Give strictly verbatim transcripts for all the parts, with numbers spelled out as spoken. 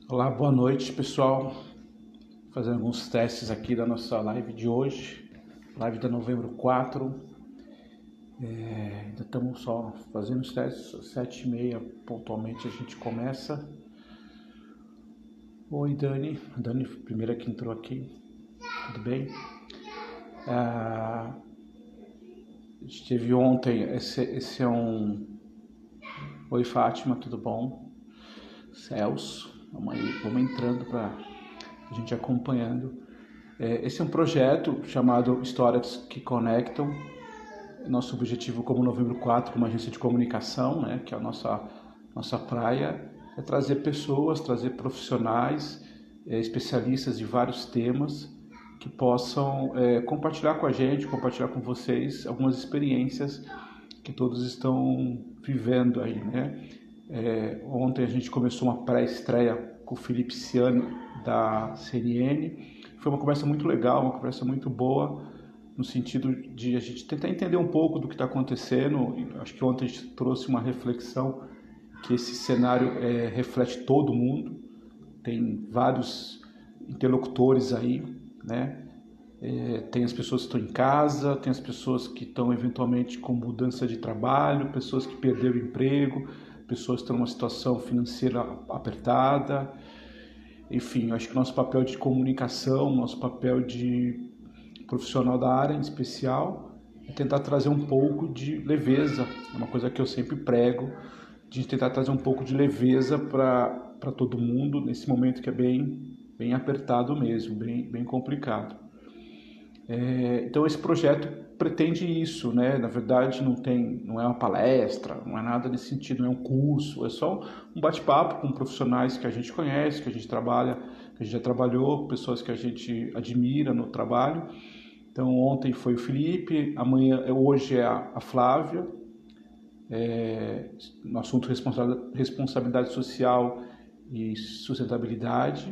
Olá, boa noite, pessoal. Fazendo alguns testes aqui da nossa live de hoje, live de novembro quatro. É, ainda estamos só fazendo os testes, às sete e meia pontualmente a gente começa. Oi, Dani. Dani, primeira que entrou aqui. Tudo bem? Ah, a gente teve ontem, esse, esse é um... Oi, Fátima, tudo bom? Celso, vamos aí, vamos entrando para a gente acompanhando. É, esse é um projeto chamado Histórias que Conectam. Nosso objetivo como Novembro quatro, como agência de comunicação, né, que é a nossa, nossa praia, é trazer pessoas, trazer profissionais, é, especialistas de vários temas que possam é, compartilhar com a gente, compartilhar com vocês algumas experiências que todos estão vivendo aí, né? É, ontem a gente começou uma pré-estreia com o Felipe Ciani da C N N. Foi uma conversa muito legal, uma conversa muito boa, no sentido de a gente tentar entender um pouco do que está acontecendo. Acho que ontem a gente trouxe uma reflexão que esse cenário é, reflete todo mundo. Tem vários interlocutores aí, né? É, tem as pessoas que estão em casa, tem as pessoas que estão eventualmente com mudança de trabalho, pessoas que perderam o emprego, pessoas que estão numa situação financeira apertada. Enfim, acho que o nosso papel de comunicação, nosso papel de profissional da área em especial, é tentar trazer um pouco de leveza. É uma coisa que eu sempre prego, de tentar trazer um pouco de leveza para todo mundo nesse momento que é bem, bem apertado mesmo, bem, bem complicado. É, então esse projeto pretende isso, né? Na verdade não tem, não é uma palestra, não é nada nesse sentido, não é um curso, é só um bate-papo com profissionais que a gente conhece, que a gente trabalha, que a gente já trabalhou, pessoas que a gente admira no trabalho. Então ontem foi o Felipe, amanhã, hoje é a, a Flávia, é, no assunto responsabilidade social e sustentabilidade.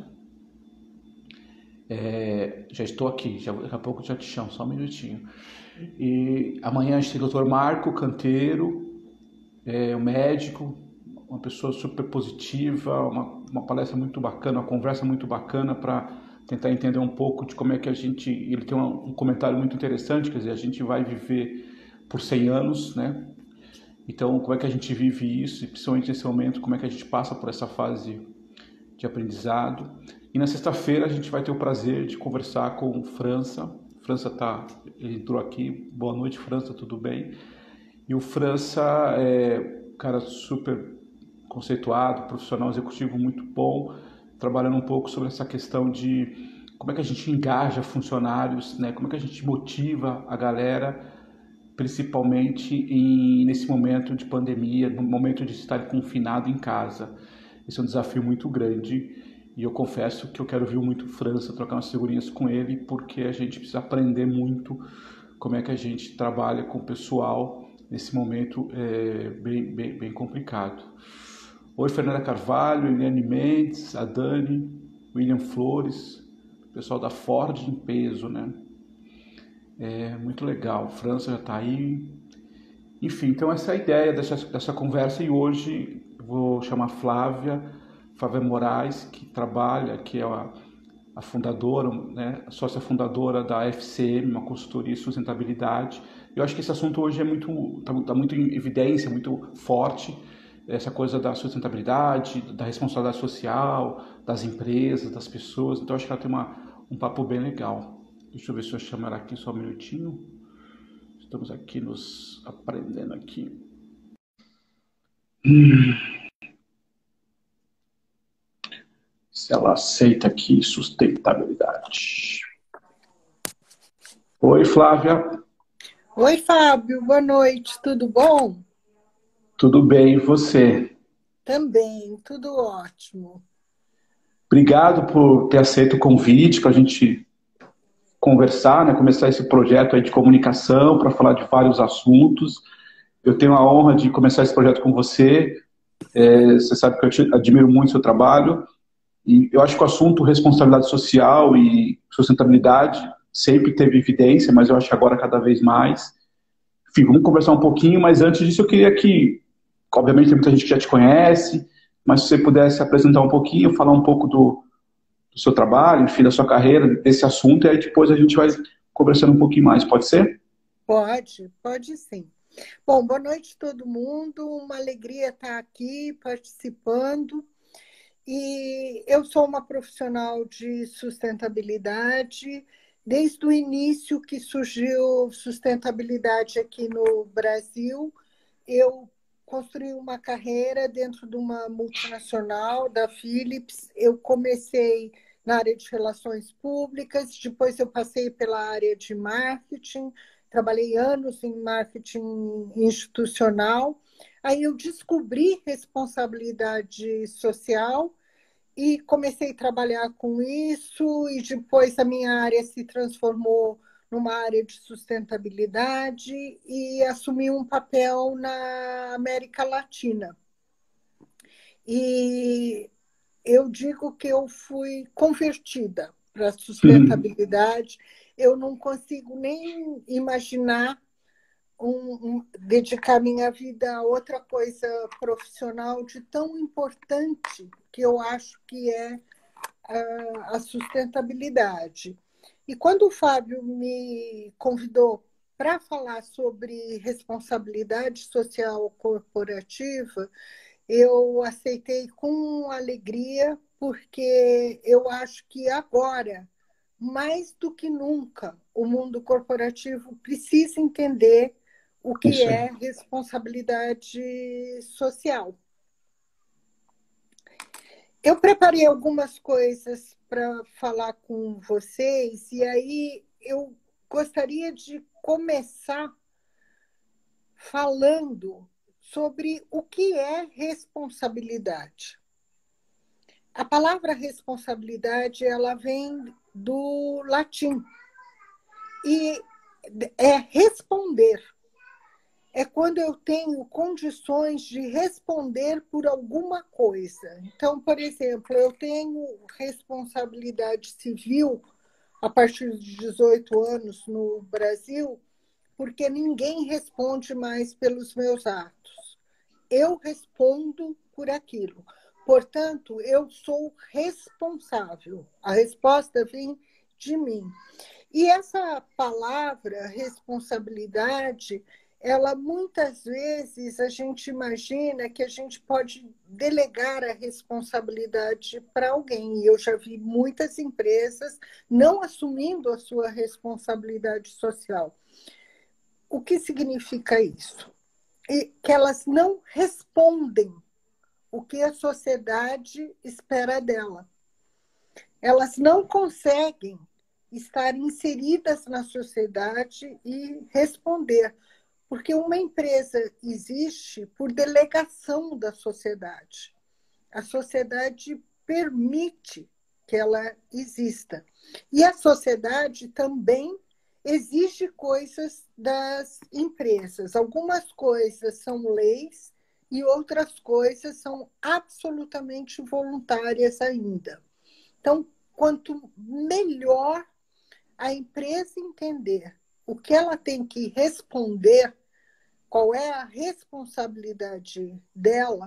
É, já estou aqui, já, daqui a pouco já te chamo, só um minutinho. E amanhã a gente tem o doutor Marco Canteiro, é, um médico, uma pessoa super positiva, uma, uma palestra muito bacana, uma conversa muito bacana para tentar entender um pouco de como é que a gente... Ele tem um, um comentário muito interessante, quer dizer, a gente vai viver por cem anos, né? Então, como é que a gente vive isso, e principalmente nesse momento, como é que a gente passa por essa fase de aprendizado. E na sexta-feira a gente vai ter o prazer de conversar com o França. França tá, ele entrou aqui. Boa noite, França, tudo bem? E o França é um cara super conceituado, profissional executivo muito bom, trabalhando um pouco sobre essa questão de como é que a gente engaja funcionários, né? Como é que a gente motiva a galera, principalmente em, nesse momento de pandemia, no momento de estar confinado em casa. Esse é um desafio muito grande e eu confesso que eu quero ouvir muito França, trocar umas figurinhas com ele, porque a gente precisa aprender muito como é que a gente trabalha com o pessoal nesse momento é, bem, bem, bem complicado. Oi, Fernanda Carvalho, Eliane Mendes, a Dani, William Flores, pessoal da Ford em peso, né? É muito legal, França já está aí. Enfim, então essa é a ideia dessa, dessa conversa e hoje vou chamar Flávia, Flávia Moraes, que trabalha, que é a, a fundadora, né, a sócia fundadora da F C M, uma consultoria de sustentabilidade. Eu acho que esse assunto hoje é muito, está tá muito em evidência, muito forte, essa coisa da sustentabilidade, da responsabilidade social, das empresas, das pessoas. Então acho que ela tem uma, um papo bem legal. Deixa eu ver se eu chamo ela aqui só um minutinho. Estamos aqui nos aprendendo aqui. Hum. Se ela aceita aqui sustentabilidade. Oi, Flávia. Oi, Fábio. Boa noite. Tudo bom? Tudo bem, e você? Também, tudo ótimo. Obrigado por ter aceito o convite para a gente conversar, né? Começar esse projeto aí de comunicação para falar de vários assuntos. Eu tenho a honra de começar esse projeto com você. É, você sabe que eu te admiro muito o seu trabalho. E eu acho que o assunto responsabilidade social e sustentabilidade sempre teve evidência, mas eu acho que agora cada vez mais. Enfim, vamos conversar um pouquinho, mas antes disso eu queria que, obviamente tem muita gente que já te conhece, mas se você pudesse apresentar um pouquinho, falar um pouco do, do seu trabalho, enfim, da sua carreira, desse assunto, e aí depois a gente vai conversando um pouquinho mais, pode ser? Pode, pode sim. Bom, boa noite todo mundo. Uma alegria estar aqui participando. E eu sou uma profissional de sustentabilidade. Desde o início que surgiu sustentabilidade aqui no Brasil, eu construí uma carreira dentro de uma multinacional, da Philips. Eu comecei na área de relações públicas, depois eu passei pela área de marketing, trabalhei anos em marketing institucional. Aí eu descobri responsabilidade social e comecei a trabalhar com isso, e depois a minha área se transformou numa área de sustentabilidade e assumi um papel na América Latina. E eu digo que eu fui convertida para a sustentabilidade. Eu não consigo nem imaginar um, um, dedicar minha vida a outra coisa profissional de tão importante que eu acho que é a, a sustentabilidade. E quando o Fábio me convidou para falar sobre responsabilidade social corporativa, eu aceitei com alegria, porque eu acho que agora, mais do que nunca, o mundo corporativo precisa entender o que Isso é aí. responsabilidade social. Eu preparei algumas coisas para falar com vocês, e aí eu gostaria de começar falando sobre o que é responsabilidade. A palavra responsabilidade, ela vem do latim e é responder. É quando eu tenho condições de responder por alguma coisa. Então, por exemplo, eu tenho responsabilidade civil a partir de dezoito anos no Brasil, porque ninguém responde mais pelos meus atos. Eu respondo por aquilo. Portanto, eu sou responsável. A resposta vem de mim. E essa palavra, responsabilidade, ela muitas vezes a gente imagina que a gente pode delegar a responsabilidade para alguém. E eu já vi muitas empresas não assumindo a sua responsabilidade social. O que significa isso? E que elas não respondem o que a sociedade espera dela. Elas não conseguem estar inseridas na sociedade e responder, porque uma empresa existe por delegação da sociedade. A sociedade permite que ela exista. E a sociedade também exige coisas das empresas. Algumas coisas são leis e outras coisas são absolutamente voluntárias ainda. Então, quanto melhor a empresa entender o que ela tem que responder, qual é a responsabilidade dela,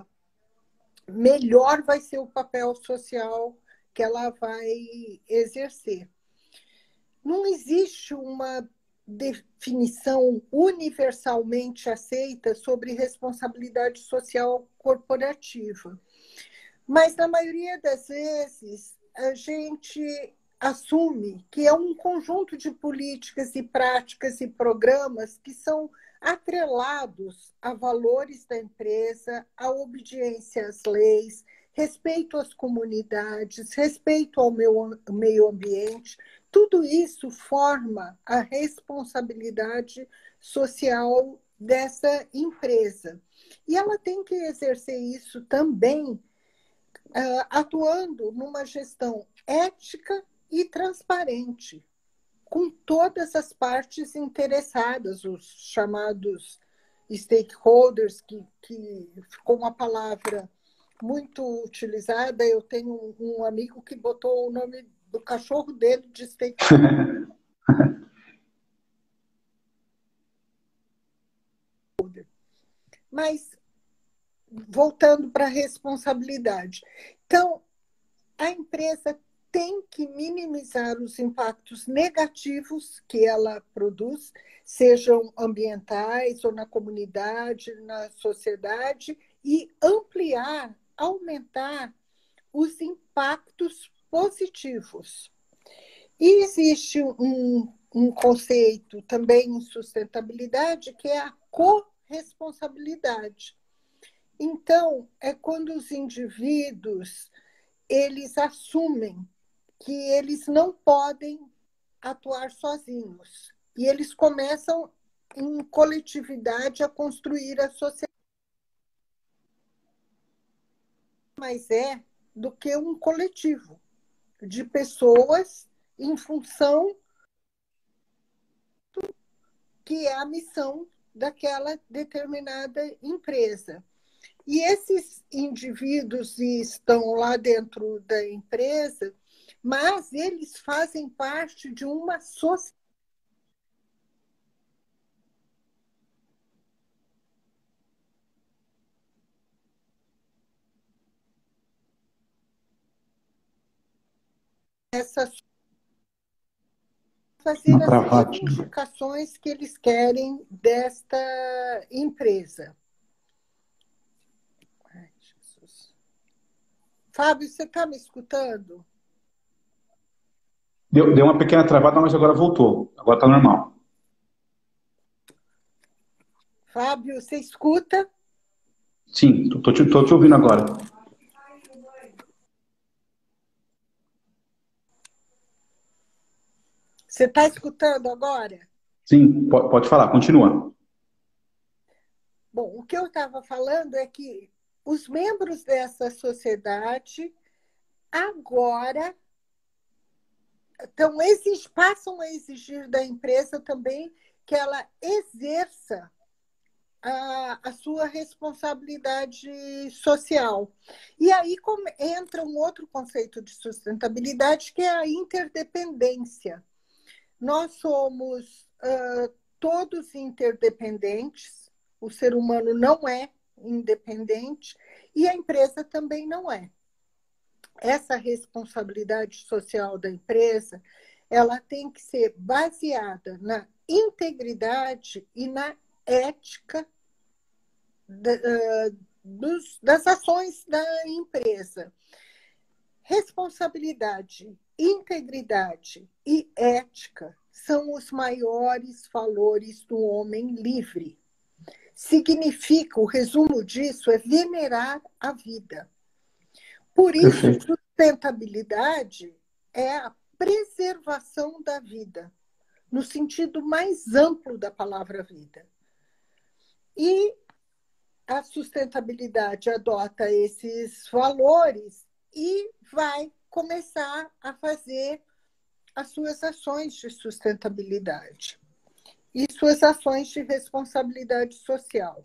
melhor vai ser o papel social que ela vai exercer. Não existe uma definição universalmente aceita sobre responsabilidade social corporativa. Mas, na maioria das vezes, a gente assume que é um conjunto de políticas e práticas e programas que são atrelados a valores da empresa, a obediência às leis, respeito às comunidades, respeito ao meio ambiente. Tudo isso forma a responsabilidade social dessa empresa. E ela tem que exercer isso também Uh, atuando numa gestão ética e transparente, com todas as partes interessadas, os chamados stakeholders, que, que ficou uma palavra muito utilizada. Eu tenho um, um amigo que botou o nome do cachorro dele de stakeholder. Mas voltando para a responsabilidade. Então, a empresa tem que minimizar os impactos negativos que ela produz, sejam ambientais ou na comunidade, na sociedade, e ampliar, aumentar os impactos positivos. E existe um, um conceito também em sustentabilidade que é a corresponsabilidade. Então, é quando os indivíduos eles assumem que eles não podem atuar sozinhos. E eles começam, em coletividade, a construir a sociedade. Mas é do que um coletivo de pessoas em função que é a missão daquela determinada empresa. E esses indivíduos estão lá dentro da empresa, mas eles fazem parte de uma sociedade. Essa fazer Uma as travadinha. reivindicações que eles querem desta empresa. Ai, Jesus. Fábio, você está me escutando? Deu, deu uma pequena travada, mas agora voltou. Agora está normal. Fábio, você escuta? Sim, estou te, tô te ouvindo agora. Você está escutando agora? Sim, pode, pode falar, continua. Bom, o que eu estava falando é que os membros dessa sociedade agora então, exige, passam a exigir da empresa também que ela exerça a, a sua responsabilidade social. E aí come, entra um outro conceito de sustentabilidade, que é a interdependência. Nós somos uh, todos interdependentes, o ser humano não é independente e a empresa também não é. Essa responsabilidade social da empresa, ela tem que ser baseada na integridade e na ética da, uh, dos, das ações da empresa. Responsabilidade, integridade e ética são os maiores valores do homem livre. Significa, o resumo disso é venerar a vida. Por isso, Perfeito. sustentabilidade é a preservação da vida, no sentido mais amplo da palavra vida. E a sustentabilidade adota esses valores e vai começar a fazer as suas ações de sustentabilidade e suas ações de responsabilidade social.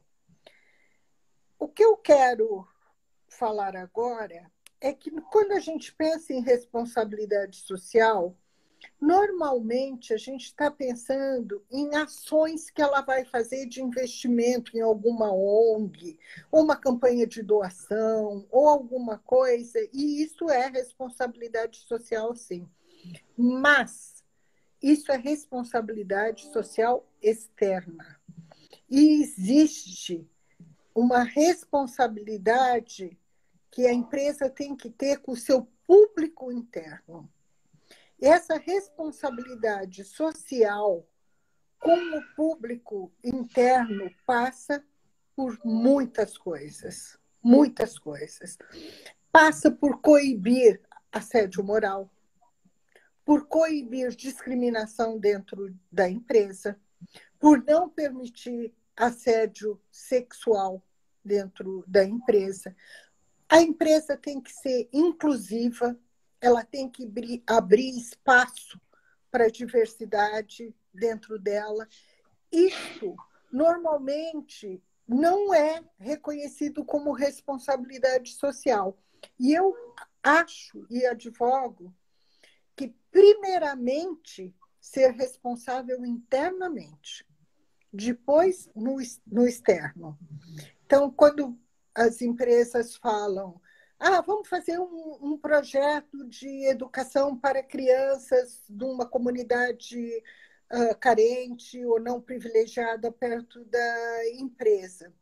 O que eu quero falar agora é que quando a gente pensa em responsabilidade social, normalmente a gente está pensando em ações que ela vai fazer de investimento em alguma O N G, ou uma campanha de doação, ou alguma coisa, e isso é responsabilidade social, sim. Mas isso é responsabilidade social externa. E existe uma responsabilidade que a empresa tem que ter com o seu público interno. Essa responsabilidade social com o público interno passa por muitas coisas, muitas coisas. Passa por coibir assédio moral, por coibir discriminação dentro da empresa, por não permitir assédio sexual dentro da empresa. A empresa tem que ser inclusiva, ela tem que abrir espaço para a diversidade dentro dela. Isso, normalmente, não é reconhecido como responsabilidade social. E eu acho e advogo que, primeiramente, ser responsável internamente, depois no, no externo. Então, quando as empresas falam, ah, vamos fazer um, um projeto de educação para crianças de uma comunidade uh, carente ou não privilegiada perto da empresa.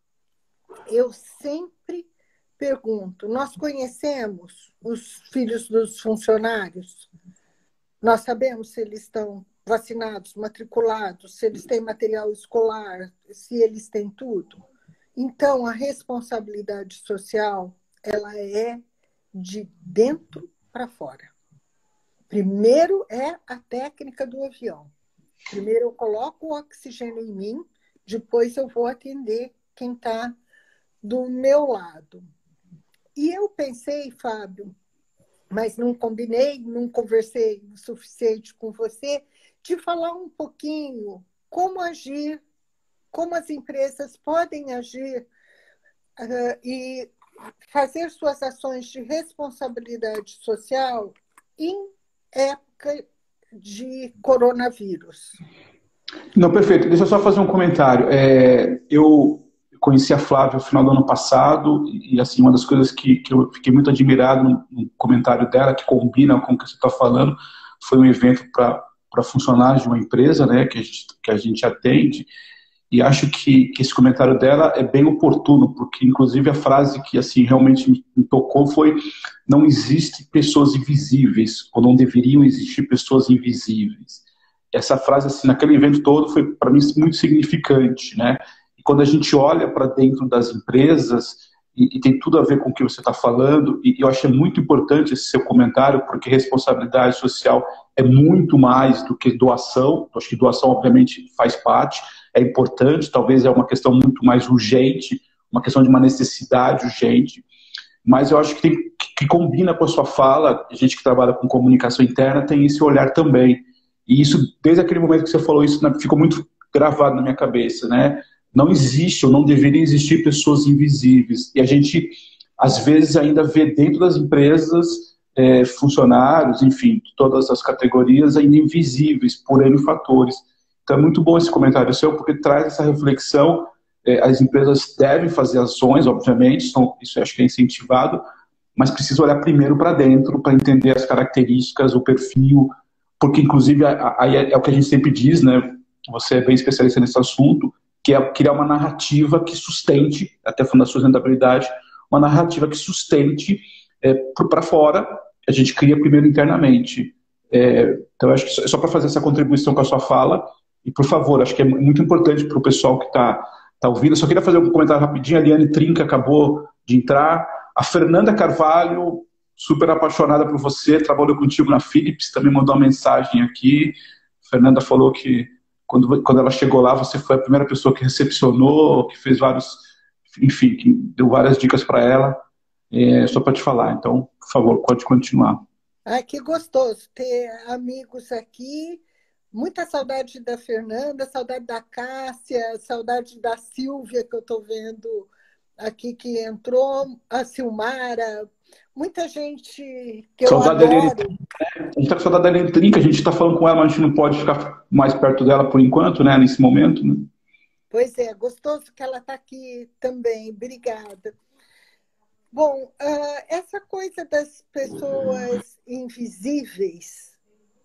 Eu sempre pergunto, nós conhecemos os filhos dos funcionários? Nós sabemos se eles estão vacinados, matriculados, se eles têm material escolar, se eles têm tudo? Então, a responsabilidade social, ela é de dentro para fora. Primeiro é a técnica do avião. Primeiro eu coloco o oxigênio em mim, depois eu vou atender quem está do meu lado. E eu pensei, Fábio, mas não combinei, não conversei o suficiente com você, de falar um pouquinho como agir, como as empresas podem agir uh, e fazer suas ações de responsabilidade social em época de coronavírus. Não, perfeito. Deixa eu só fazer um comentário. É, eu conheci a Flávia no final do ano passado e, assim, uma das coisas que, que eu fiquei muito admirado no, no comentário dela, que combina com o que você está falando, foi um evento para funcionários de uma empresa, né, que a gente, que a gente atende. E acho que, que esse comentário dela é bem oportuno, porque, inclusive, a frase que assim realmente me, me tocou foi: não existe pessoas invisíveis, ou não deveriam existir pessoas invisíveis. Essa frase, assim, naquele evento todo, foi, para mim, muito significante, né? E quando a gente olha para dentro das empresas, e, e tem tudo a ver com o que você está falando, e eu achei muito importante esse seu comentário, porque responsabilidade social é muito mais do que doação. Eu acho que doação, obviamente, faz parte, é importante, talvez é uma questão muito mais urgente, uma questão de uma necessidade urgente, mas eu acho que, tem, que, que combina com a sua fala. A gente que trabalha com comunicação interna tem esse olhar também, e isso, desde aquele momento que você falou isso, ficou muito gravado na minha cabeça, né? Não existe, ou não deveria existir, pessoas invisíveis, e a gente, às vezes, ainda vê dentro das empresas é, funcionários, enfim, de todas as categorias, ainda invisíveis, por N fatores. Então é muito bom esse comentário seu, porque traz essa reflexão. É, as empresas devem fazer ações, obviamente, são, isso eu acho que é incentivado, mas precisa olhar primeiro para dentro, para entender as características, o perfil, porque, inclusive, aí é, é o que a gente sempre diz, né? Você é bem especialista nesse assunto, que é criar uma narrativa que sustente, até falando da sustentabilidade, uma narrativa que sustente é, para fora. A gente cria primeiro internamente. É, então, eu acho que é só para fazer essa contribuição com a sua fala. E, por favor, acho que é muito importante para o pessoal que está tá ouvindo. Eu só queria fazer um comentário rapidinho. A Liane Trinca acabou de entrar. A Fernanda Carvalho, super apaixonada por você, trabalhou contigo na Philips, também mandou uma mensagem aqui. A Fernanda falou que quando, quando ela chegou lá, você foi a primeira pessoa que recepcionou, que fez vários, enfim, que deu várias dicas para ela. É, só para te falar. Então, por favor, pode continuar. Ai, que gostoso ter amigos aqui. Muita saudade da Fernanda, saudade da Cássia, saudade da Silvia, que eu estou vendo aqui que entrou, a Silmara, muita gente que saudade eu adoro. Da Eliane, né? A gente está com saudade da Eliane Trinca, a gente está falando com ela, mas a gente não pode ficar mais perto dela por enquanto, né, nesse momento. Né? Pois é, gostoso que ela está aqui também, obrigada. Bom, uh, essa coisa das pessoas invisíveis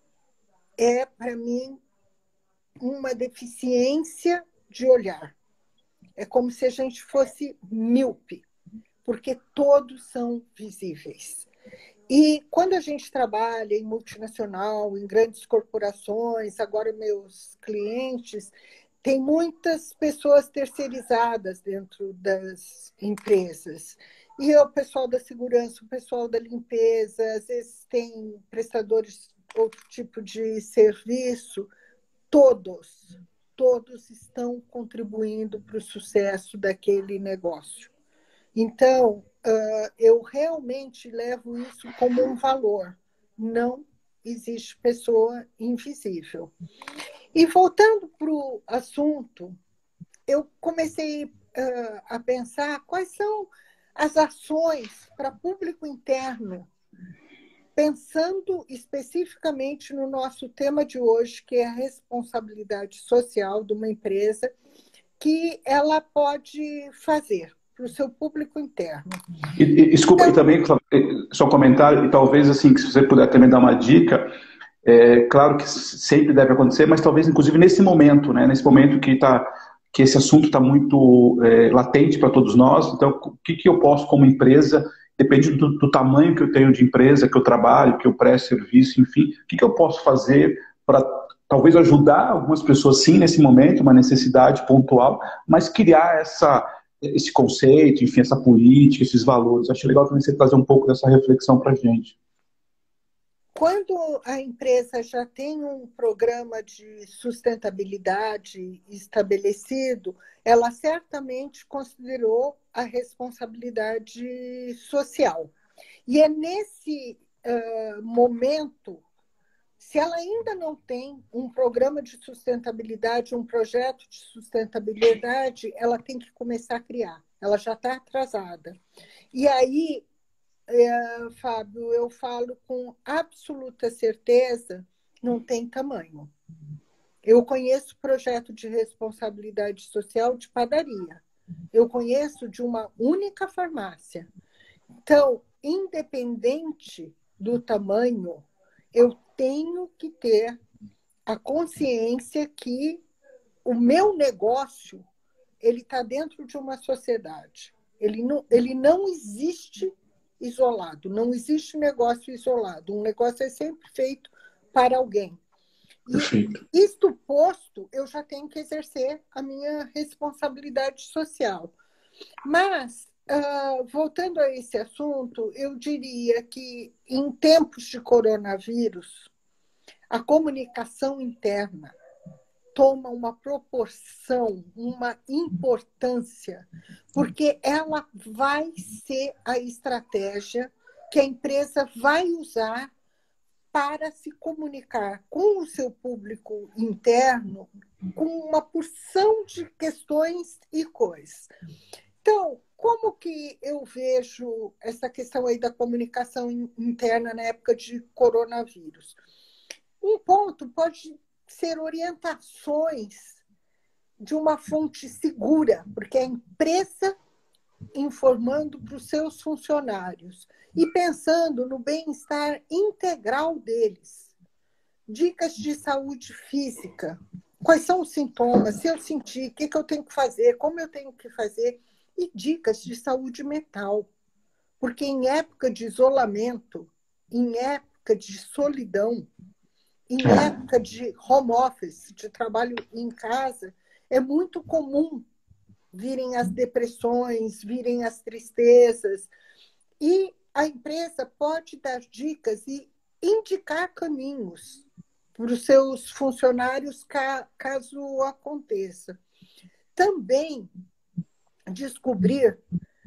é, para mim, uma deficiência de olhar. É como se a gente fosse míope, porque todos são visíveis. E quando a gente trabalha em multinacional, em grandes corporações, agora meus clientes, tem muitas pessoas terceirizadas dentro das empresas. E o pessoal da segurança, o pessoal da limpeza, às vezes tem prestadores de outro tipo de serviço. Todos, todos estão contribuindo para o sucesso daquele negócio. Então, eu realmente levo isso como um valor. Não existe pessoa invisível. E voltando para o assunto, eu comecei a pensar quais são as ações para público interno, pensando especificamente no nosso tema de hoje, que é a responsabilidade social de uma empresa, que ela pode fazer. para o seu público interno. E, e, desculpa, Então, e também, só um comentário, e talvez, assim, que se você puder também dar uma dica, é claro que sempre deve acontecer, mas talvez, inclusive, nesse momento, né, nesse momento que, tá, que esse assunto está muito é, latente para todos nós, então, o que, que eu posso, como empresa, depende do, do tamanho que eu tenho de empresa, que eu trabalho, que eu presto serviço, enfim, o que, que eu posso fazer para talvez ajudar algumas pessoas, sim, nesse momento, uma necessidade pontual, mas criar essa, esse conceito, enfim, essa política, esses valores. Acho legal também você trazer um pouco dessa reflexão para a gente. Quando a empresa já tem um programa de sustentabilidade estabelecido, ela certamente considerou a responsabilidade social. E é nesse uh, momento, se ela ainda não tem um programa de sustentabilidade, um projeto de sustentabilidade, ela tem que começar a criar. Ela já está atrasada. E aí, É, Fábio, eu falo com absoluta certeza, não tem tamanho. Eu conheço projeto de responsabilidade social de padaria. Eu conheço de uma única farmácia. Então, independente do tamanho, eu tenho que ter a consciência que o meu negócio ele está dentro de uma sociedade. Ele não, ele não existe isolado. Não existe negócio isolado. Um negócio é sempre feito para alguém. E, Perfeito. isto posto, eu já tenho que exercer a minha responsabilidade social. Mas, uh, voltando a esse assunto, eu diria que, em tempos de coronavírus, a comunicação interna toma uma proporção, uma importância, porque ela vai ser a estratégia que a empresa vai usar para se comunicar com o seu público interno com uma porção de questões e coisas. Então, como que eu vejo essa questão aí da comunicação interna na época de coronavírus? Um ponto pode ser orientações de uma fonte segura, porque é a empresa informando para os seus funcionários e pensando no bem-estar integral deles. Dicas de saúde física. Quais são os sintomas? Se eu sentir, o que, que eu tenho que fazer? Como eu tenho que fazer? E dicas de saúde mental. Porque em época de isolamento, em época de solidão, em época de home office, de trabalho em casa, é muito comum virem as depressões, virem as tristezas. E a empresa pode dar dicas e indicar caminhos para os seus funcionários, caso aconteça. Também descobrir,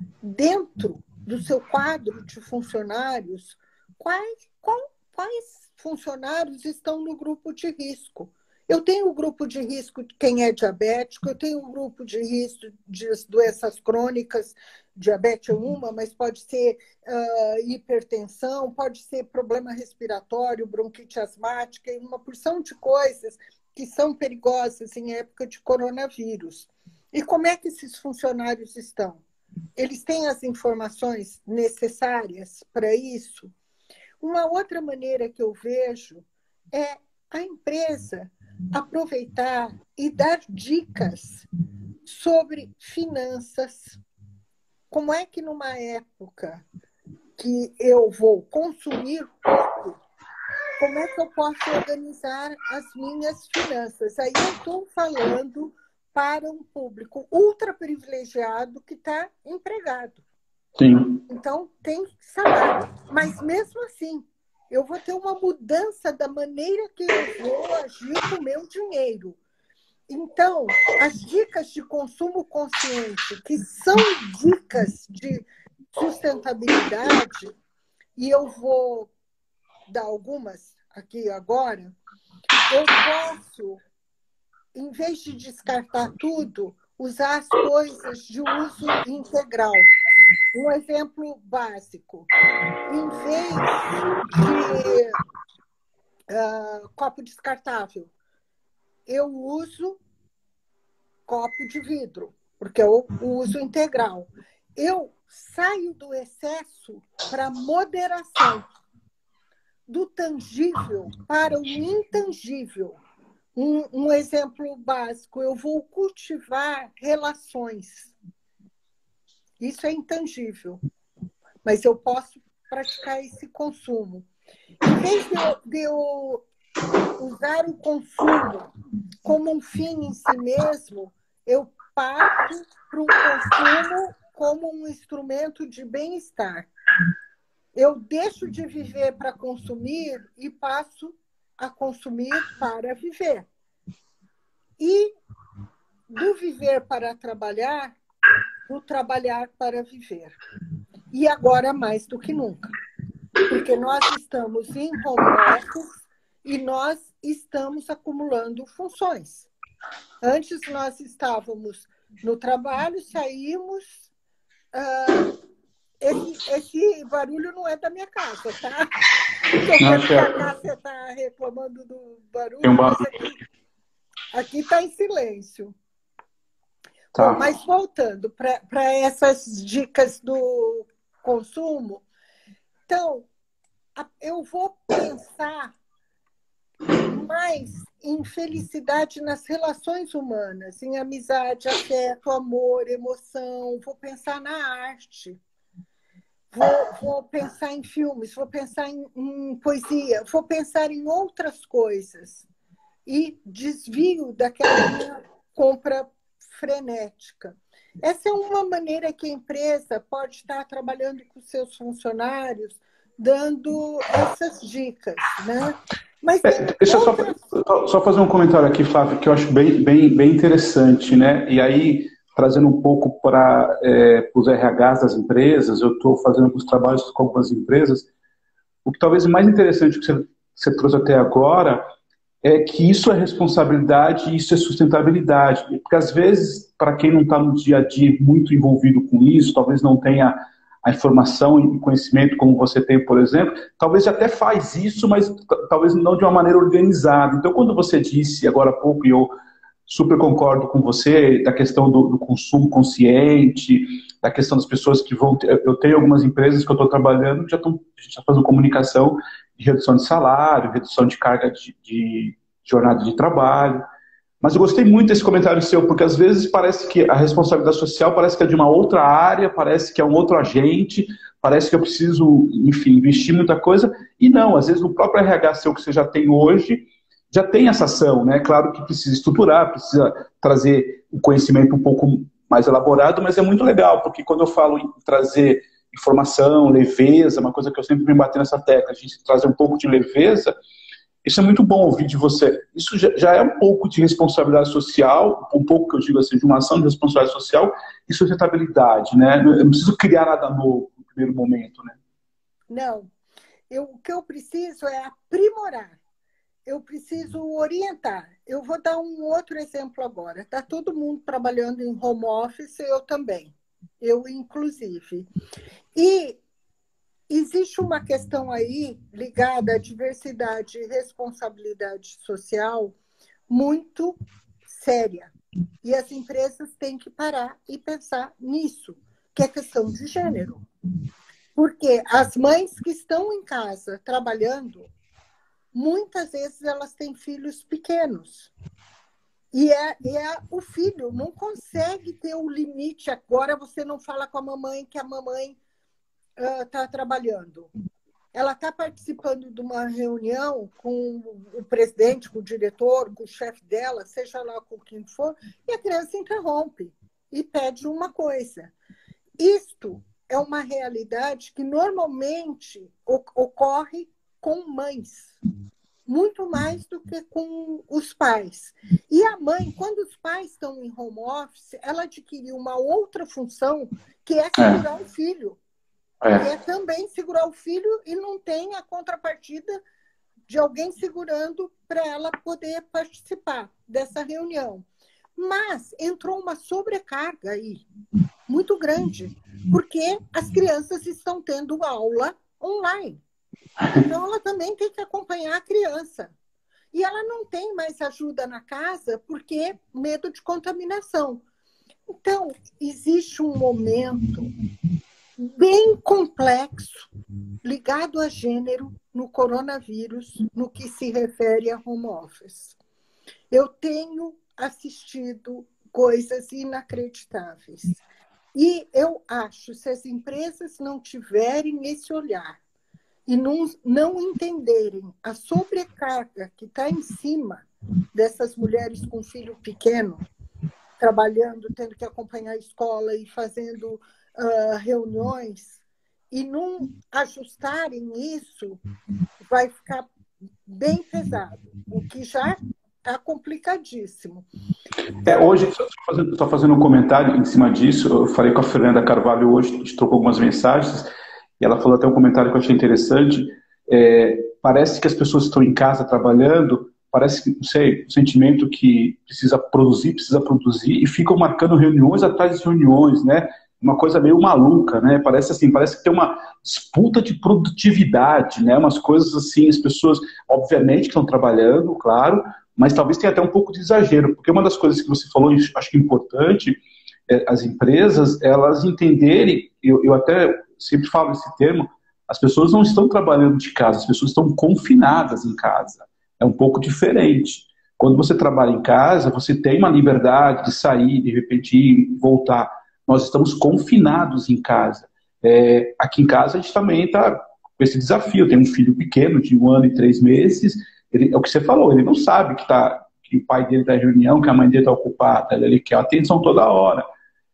dentro do seu quadro de funcionários, quais, qual, quais funcionários estão no grupo de risco. Eu tenho o grupo de risco de quem é diabético, eu tenho o grupo de risco de doenças crônicas, diabetes é uma, mas pode ser uh, hipertensão, pode ser problema respiratório, bronquite asmática, e uma porção de coisas que são perigosas em época de coronavírus. E como é que esses funcionários estão? Eles têm as informações necessárias para isso? Uma outra maneira que eu vejo é a empresa aproveitar e dar dicas sobre finanças. Como é que numa época que eu vou consumir pouco, como é que eu posso organizar as minhas finanças? Aí eu estou falando para um público ultra privilegiado que está empregado. Sim. Então, tem salário. Mas, mesmo assim, eu vou ter uma mudança da maneira que eu vou agir com o meu dinheiro. Então, as dicas de consumo consciente, que são dicas de sustentabilidade, e eu vou dar algumas aqui agora, eu posso, em vez de descartar tudo, usar as coisas de uso integral. Um exemplo básico. Em vez de uh, copo descartável, eu uso copo de vidro, porque é o uso integral. eu saio do excesso para moderação, do tangível para o intangível. Um, um exemplo básico, eu vou cultivar relações. Isso é intangível, mas eu posso praticar esse consumo. Em vez de eu, de eu usar o consumo como um fim em si mesmo, eu parto para um consumo como um instrumento de bem-estar. Eu deixo de viver para consumir e passo a consumir para viver. E do viver para trabalhar, do trabalhar para viver. E agora mais do que nunca. Porque nós estamos em home office e nós estamos acumulando funções. Antes nós estávamos no trabalho, saímos... Uh, esse, esse barulho não é da minha casa, tá? Porque a casa está reclamando do barulho, Tem um mas barulho. aqui está em silêncio. Tá. Bom, mas voltando para essas dicas do consumo, então, eu vou pensar mais em felicidade nas relações humanas, em amizade, afeto, amor, emoção, vou pensar na arte. Vou, vou pensar em filmes, vou pensar em, em poesia, vou pensar em outras coisas. E desvio daquela minha compra frenética. Essa é uma maneira que a empresa pode estar trabalhando com seus funcionários, dando essas dicas, né? Mas tem É, deixa eu outras... só, só fazer um comentário aqui, Flávio, que eu acho bem, bem, bem interessante, né? E aí, trazendo um pouco para é, os R Hs das empresas, eu estou fazendo alguns trabalhos com algumas empresas. O que talvez o mais interessante que você, você trouxe até agora é que isso é responsabilidade e isso é sustentabilidade. Porque, às vezes, para quem não está no dia a dia muito envolvido com isso, talvez não tenha a informação e conhecimento como você tem, por exemplo, talvez até faz isso, mas talvez não de uma maneira organizada. Então, quando você disse agora há pouco, e eu super concordo com você, da questão do, do consumo consciente, da questão das pessoas que vão... Ter, eu tenho algumas empresas que eu estou trabalhando que já estão já fazendo comunicação de redução de salário, redução de carga de, de jornada de trabalho. Mas eu gostei muito desse comentário seu, porque às vezes parece que a responsabilidade social parece que é de uma outra área, parece que é um outro agente, parece que eu preciso, enfim, investir muita coisa, e não, às vezes no próprio R H seu que você já tem hoje, já tem essa ação, né? Claro que precisa estruturar, precisa trazer o conhecimento um pouco mais elaborado, mas é muito legal, porque quando eu falo em trazer informação, leveza, uma coisa que eu sempre me bato nessa tecla, a gente trazer um pouco de leveza, isso é muito bom ouvir de você. Isso já, já é um pouco de responsabilidade social, um pouco que eu digo assim, de uma ação de responsabilidade social e sustentabilidade, né? Eu não preciso criar nada novo no primeiro momento, né? Não. Eu, o que eu preciso é aprimorar. Eu preciso orientar. Eu vou dar um outro exemplo agora. Está todo mundo trabalhando em home office, eu também. Eu, inclusive. E existe uma questão aí ligada à diversidade e responsabilidade social muito séria. E as empresas têm que parar e pensar nisso, que é questão de gênero. Porque as mães que estão em casa trabalhando, muitas vezes elas têm filhos pequenos. E é, é o filho não consegue ter o limite. Agora você não fala com a mamãe que a mamãe está uh, trabalhando. Ela está participando de uma reunião com o presidente, com o diretor, com o chefe dela, seja lá com quem for, e a criança interrompe e pede uma coisa. Isto é uma realidade que normalmente ocorre com mães, muito mais do que com os pais. E a mãe, quando os pais estão em home office, ela adquiriu uma outra função, que é segurar o filho. É. Que é também segurar o filho e não tem a contrapartida de alguém segurando para ela poder participar dessa reunião. Mas entrou uma sobrecarga aí, muito grande, porque as crianças estão tendo aula online. Então, ela também tem que acompanhar a criança. E ela não tem mais ajuda na casa porque medo de contaminação. Então, existe um momento bem complexo ligado a gênero no coronavírus, no que se refere a home office. Eu tenho assistido coisas inacreditáveis. E eu acho, se as empresas não tiverem esse olhar e não, não entenderem a sobrecarga que está em cima dessas mulheres com filho pequeno, trabalhando, tendo que acompanhar a escola e fazendo uh, reuniões, e não ajustarem isso, vai ficar bem pesado, o que já está complicadíssimo. É, hoje, só fazendo, só fazendo um comentário em cima disso, eu falei com a Fernanda Carvalho hoje, a gente trocou algumas mensagens, e ela falou até um comentário que eu achei interessante. É, parece que as pessoas que estão em casa trabalhando, parece que, não sei, o sentimento que precisa produzir, precisa produzir, e ficam marcando reuniões atrás de reuniões, né? Uma coisa meio maluca, né? Parece assim, parece que tem uma disputa de produtividade, né? Umas coisas assim, as pessoas, obviamente, que estão trabalhando, claro, mas talvez tenha até um pouco de exagero, porque uma das coisas que você falou, acho que é importante, é, as empresas, elas entenderem, eu, eu até sempre falo esse termo, as pessoas não estão trabalhando de casa, as pessoas estão confinadas em casa. É um pouco diferente. Quando você trabalha em casa, você tem uma liberdade de sair, de repente ir, voltar. Nós estamos confinados em casa. É, aqui em casa a gente também está com esse desafio. Tem um filho pequeno de um ano e três meses. Ele, é o que você falou, ele não sabe que, tá, que o pai dele está em reunião, que a mãe dele está ocupada, ele quer atenção toda hora.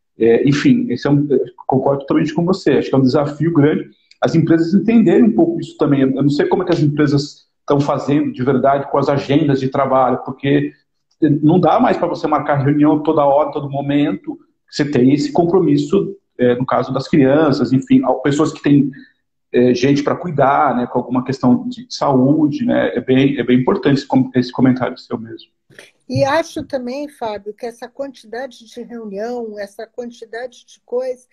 É, enfim, esse é um, concordo totalmente com você. Acho que é um desafio grande as empresas entenderem um pouco isso também. Eu não sei como é que as empresas estão fazendo de verdade com as agendas de trabalho, porque não dá mais para você marcar reunião toda hora, todo momento. Você tem esse compromisso, é, no caso das crianças, enfim, pessoas que têm é, gente para cuidar, né, com alguma questão de saúde, né, é bem, é bem importante esse, esse comentário seu mesmo. E acho também, Fábio, que essa quantidade de reunião, essa quantidade de coisa,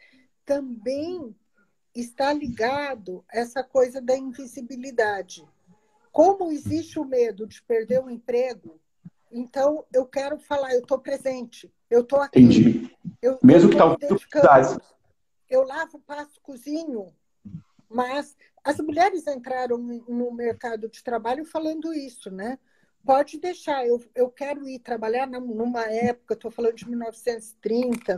também está ligado a essa coisa da invisibilidade. Como existe o medo de perder o emprego, então eu quero falar, eu estou presente, eu estou aqui. Entendi. Eu, Mesmo eu que talvez dedicando, eu lavo, passo, cozinho, mas as mulheres entraram no mercado de trabalho falando isso, né? Pode deixar, eu, eu quero ir trabalhar numa época, estou falando de mil novecentos e trinta,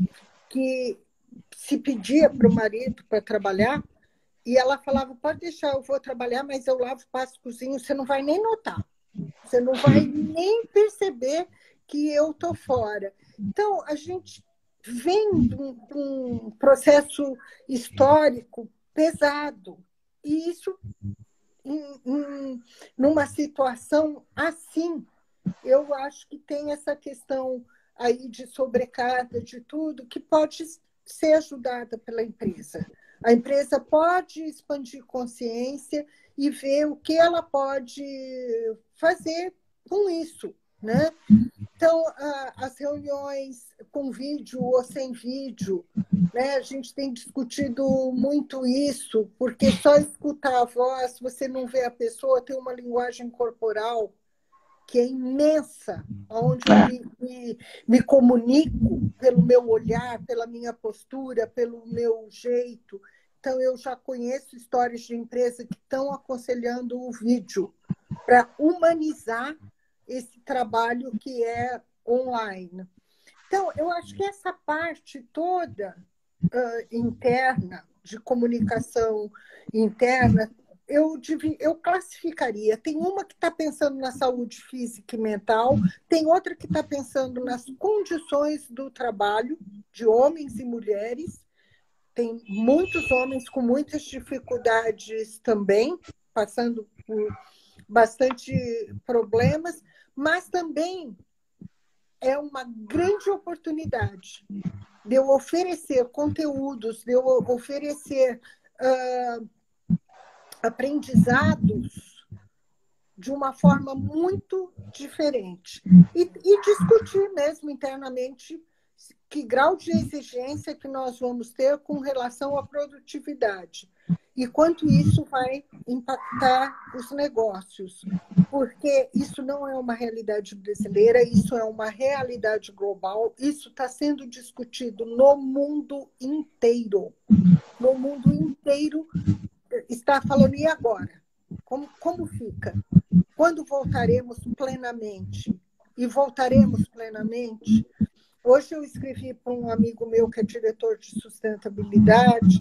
que se pedia para o marido para trabalhar, e ela falava, pode deixar, eu vou trabalhar, mas eu lavo, passo, cozinho, você não vai nem notar. Você não vai nem perceber que eu estou fora. Então, a gente vem de um, de um processo histórico pesado. E isso, em, em, numa situação assim, eu acho que tem essa questão aí de sobrecarga, de tudo, que pode ser ajudada pela empresa. A empresa pode expandir consciência e ver o que ela pode fazer com isso, né? Então, as reuniões com vídeo ou sem vídeo, né? A gente tem discutido muito isso, porque só escutar a voz, você não vê a pessoa, tem uma linguagem corporal que é imensa, onde eu me, me, me comunico pelo meu olhar, pela minha postura, pelo meu jeito. Então, eu já conheço histórias de empresas que estão aconselhando o vídeo para humanizar esse trabalho que é online. Então, eu acho que essa parte toda uh, interna, de comunicação interna, Eu, eu classificaria. Tem uma que está pensando na saúde física e mental, tem outra que está pensando nas condições do trabalho de homens e mulheres. Tem muitos homens com muitas dificuldades também, passando por bastante problemas, mas também é uma grande oportunidade de eu oferecer conteúdos, de eu oferecer Uh, aprendizados de uma forma muito diferente. E, e discutir mesmo internamente que grau de exigência que nós vamos ter com relação à produtividade e quanto isso vai impactar os negócios. porque isso não é uma realidade brasileira, isso é uma realidade global, isso está sendo discutido no mundo inteiro. No mundo inteiro está falando, e agora? Como, como fica? Quando voltaremos plenamente? E voltaremos plenamente? Hoje eu escrevi para um amigo meu que é diretor de sustentabilidade,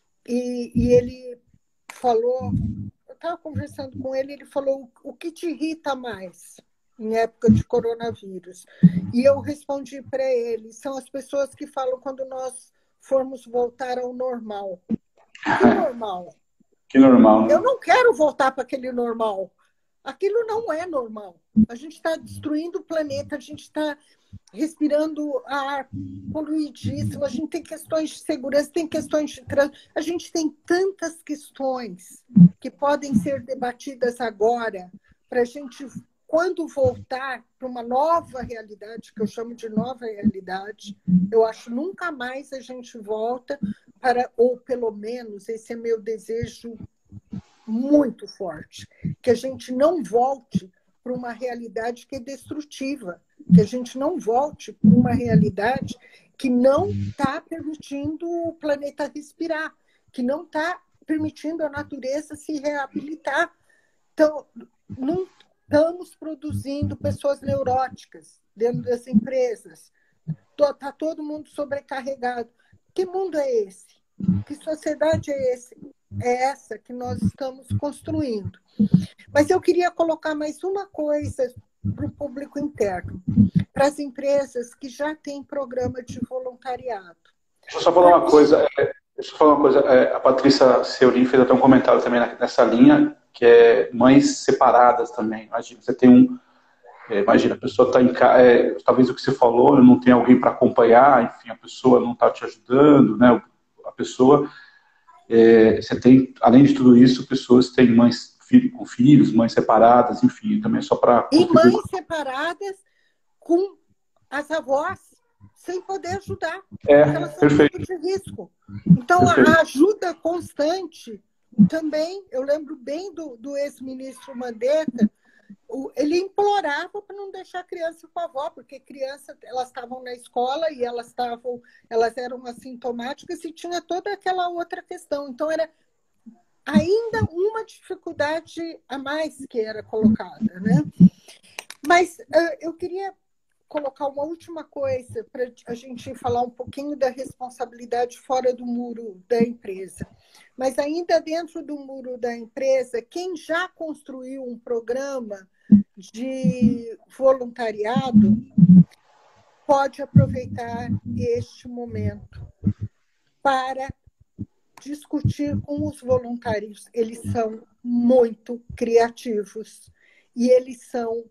e, e ele falou, eu estava conversando com ele, ele falou, o que te irrita mais em época de coronavírus? E eu respondi para ele, são as pessoas que falam quando nós formos voltar ao normal. Que normal? Que normal, né? Eu não quero voltar para aquele normal. Aquilo não é normal. A gente está destruindo o planeta, a gente está respirando ar poluidíssimo, a gente tem questões de segurança, tem questões de trânsito, a gente tem tantas questões que podem ser debatidas agora para a gente, quando voltar para uma nova realidade, que eu chamo de nova realidade, eu acho que nunca mais a gente volta para, ou pelo menos esse é meu desejo muito forte, que a gente não volte para uma realidade que é destrutiva, que a gente não volte para uma realidade que não está permitindo o planeta respirar, que não está permitindo a natureza se reabilitar. Então, não estamos produzindo pessoas neuróticas dentro das empresas. Está todo mundo sobrecarregado. Que mundo é esse? Que sociedade é esse? É essa que nós estamos construindo. Mas eu queria colocar mais uma coisa para o público interno, para as empresas que já têm programa de voluntariado. Deixa eu só falar uma coisa. É, deixa eu falar uma coisa. É, a Patrícia Seulin fez até um comentário também nessa linha, que é mães separadas também. Imagina, você tem um... É, imagina, a pessoa está em casa, é, talvez o que você falou, não tem alguém para acompanhar, enfim, a pessoa não está te ajudando, né? A pessoa... É, você tem, além de tudo isso, pessoas que têm mães filho, com filhos, mães separadas, enfim, também só para... E mães separadas com as avós sem poder ajudar. É, porque elas são perfeito. de risco. Então, perfeito. A ajuda constante também, eu lembro bem do, do ex-ministro Mandetta, ele implorava para não deixar a criança com a avó, porque crianças, elas estavam na escola e elas estavam, elas eram assintomáticas e tinha toda aquela outra questão. Então, era ainda uma dificuldade a mais que era colocada, né? Mas uh, eu queria colocar uma última coisa para a gente falar um pouquinho da responsabilidade fora do muro da empresa. Mas ainda dentro do muro da empresa, quem já construiu um programa de voluntariado pode aproveitar este momento para discutir com os voluntários. Eles são muito criativos e eles são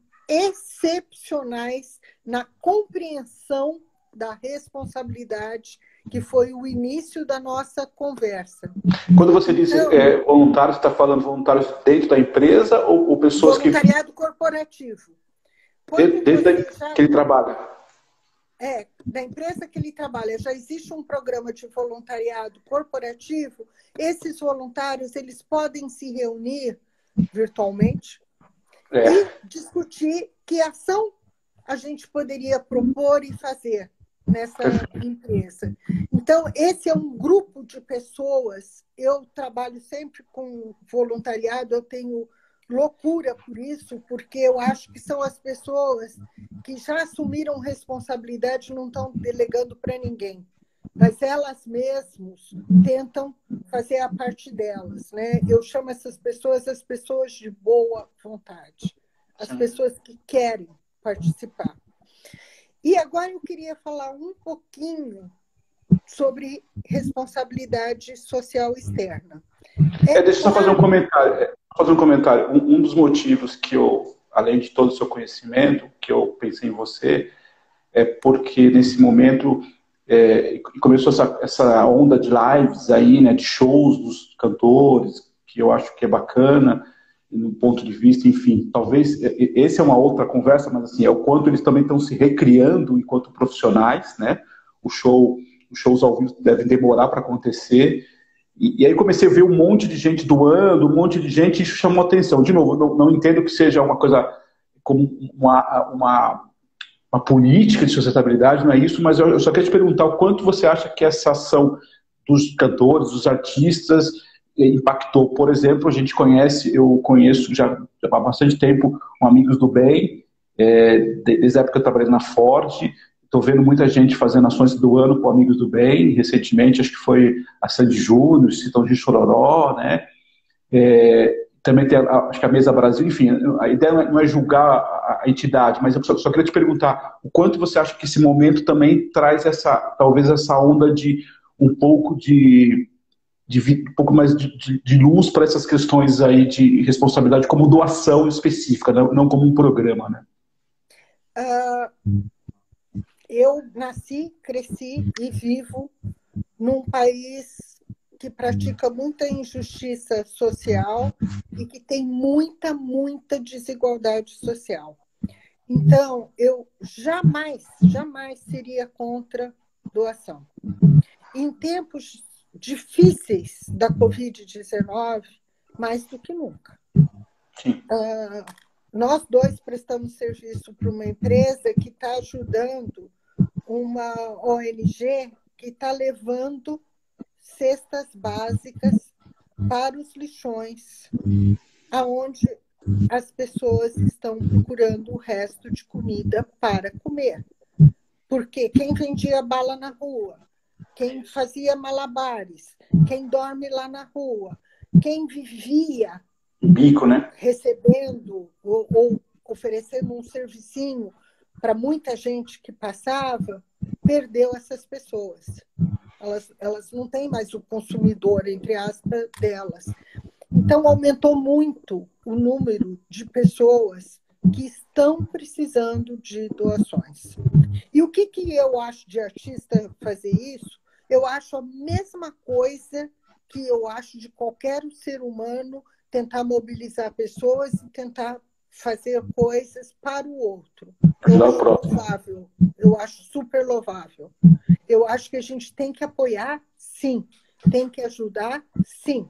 excepcionais na compreensão da responsabilidade, que foi o início da nossa conversa. Quando você diz então, é, voluntários, você está falando voluntários dentro da empresa ou, ou pessoas que... Voluntariado corporativo. Quando dentro da já... que ele trabalha. É, da empresa que ele trabalha. Já existe um programa de voluntariado corporativo. Esses voluntários, eles podem se reunir virtualmente é. e discutir que ação a gente poderia propor e fazer nessa empresa. Então, esse é um grupo de pessoas. Eu trabalho sempre com voluntariado, eu tenho loucura por isso, porque eu acho que são as pessoas que já assumiram responsabilidade e não estão delegando para ninguém. Mas elas mesmas tentam fazer a parte delas, né? Eu chamo essas pessoas as pessoas de boa vontade, as pessoas que querem participar. E agora eu queria falar um pouquinho sobre responsabilidade social externa. É, deixa eu só fazer um comentário. Fazer um comentário. Um, um dos motivos que eu, além de todo o seu conhecimento, que eu pensei em você, é porque nesse momento é, começou essa, essa onda de lives aí, né, de shows dos cantores, que eu acho que é bacana, no ponto de vista, enfim, talvez, esse é uma outra conversa, mas assim, é o quanto eles também estão se recriando enquanto profissionais, né? O show, os shows ao vivo devem demorar para acontecer, E, e aí comecei a ver um monte de gente doando, um monte de gente, e isso chamou atenção. De novo, não, não entendo que seja uma coisa como uma, uma, uma política de sustentabilidade, não é isso, mas eu, eu só queria te perguntar o quanto você acha que essa ação dos cantores, dos artistas, impactou. Por exemplo, a gente conhece, eu conheço já, já há bastante tempo, um Amigos do Bem, é, desde a época que eu trabalhei na Ford. Estou vendo muita gente fazendo ações do ano com Amigos do Bem, recentemente, acho que foi a Sandy Júnior, Citão de Chororó, né? É, também tem, a, acho que a Mesa Brasil, enfim, a ideia não é julgar a, a entidade, mas eu só, só queria te perguntar o quanto você acha que esse momento também traz essa, talvez essa onda de um pouco de, de um pouco mais de, de, de luz para essas questões aí de responsabilidade como doação específica, não, não como um programa, né? Uh, eu nasci, cresci e vivo num país que pratica muita injustiça social e que tem muita, muita desigualdade social. Então, eu jamais, jamais seria contra doação. Em tempos difíceis da covid dezenove, mais do que nunca. Uh, nós dois prestamos serviço para uma empresa que está ajudando uma O N G que está levando cestas básicas para os lixões, aonde as pessoas estão procurando o resto de comida para comer. Porque quem vendia bala na rua, quem fazia malabares, quem dorme lá na rua, quem vivia bico, né? recebendo ou, ou oferecendo um servicinho para muita gente que passava, perdeu essas pessoas. Elas, elas não têm mais o consumidor, entre aspas, delas. Então, aumentou muito o número de pessoas que estão precisando de doações. E o que, que eu acho de artista fazer isso? Eu acho a mesma coisa que eu acho de qualquer ser humano tentar mobilizar pessoas e tentar fazer coisas para o outro. Eu acho louvável, eu acho super louvável. Eu acho que a gente tem que apoiar, sim. Tem que ajudar, sim.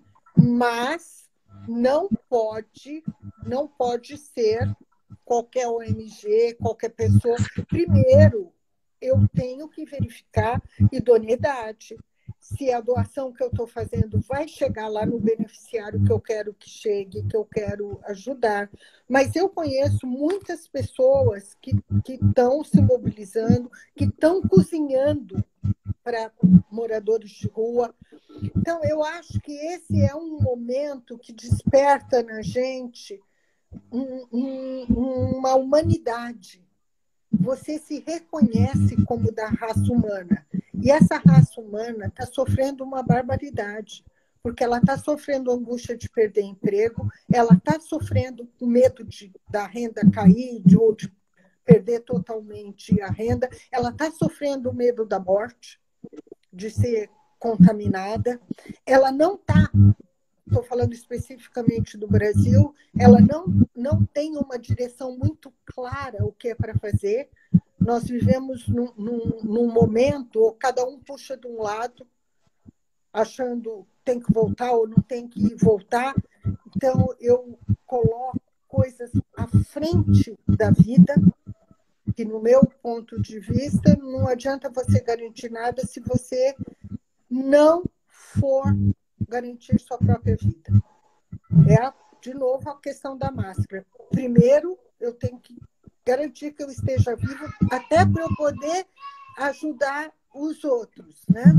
Mas não pode, não pode ser qualquer O N G, qualquer pessoa. Primeiro, eu tenho que verificar idoneidade. Se a doação que eu estou fazendo vai chegar lá no beneficiário que eu quero que chegue, que eu quero ajudar. Mas eu conheço muitas pessoas que estão se mobilizando, que estão cozinhando para moradores de rua. Então, eu acho que esse é um momento que desperta na gente um, um, uma humanidade. Você se reconhece como da raça humana. E essa raça humana está sofrendo uma barbaridade, porque ela está sofrendo angústia de perder emprego, ela está sofrendo o medo de, da renda cair, de, ou de perder totalmente a renda, ela está sofrendo o medo da morte, de ser contaminada, ela não está, estou falando especificamente do Brasil, ela não, não tem uma direção muito clara o que é para fazer. Nós vivemos num, num, num momento, ou cada um puxa de um lado, achando que tem que voltar ou não tem que voltar. Então, eu coloco coisas à frente da vida, que, no meu ponto de vista, não adianta você garantir nada se você não for garantir sua própria vida. É, de novo, a questão da máscara. Primeiro, eu tenho que garantir que eu esteja viva, até para eu poder ajudar os outros, né?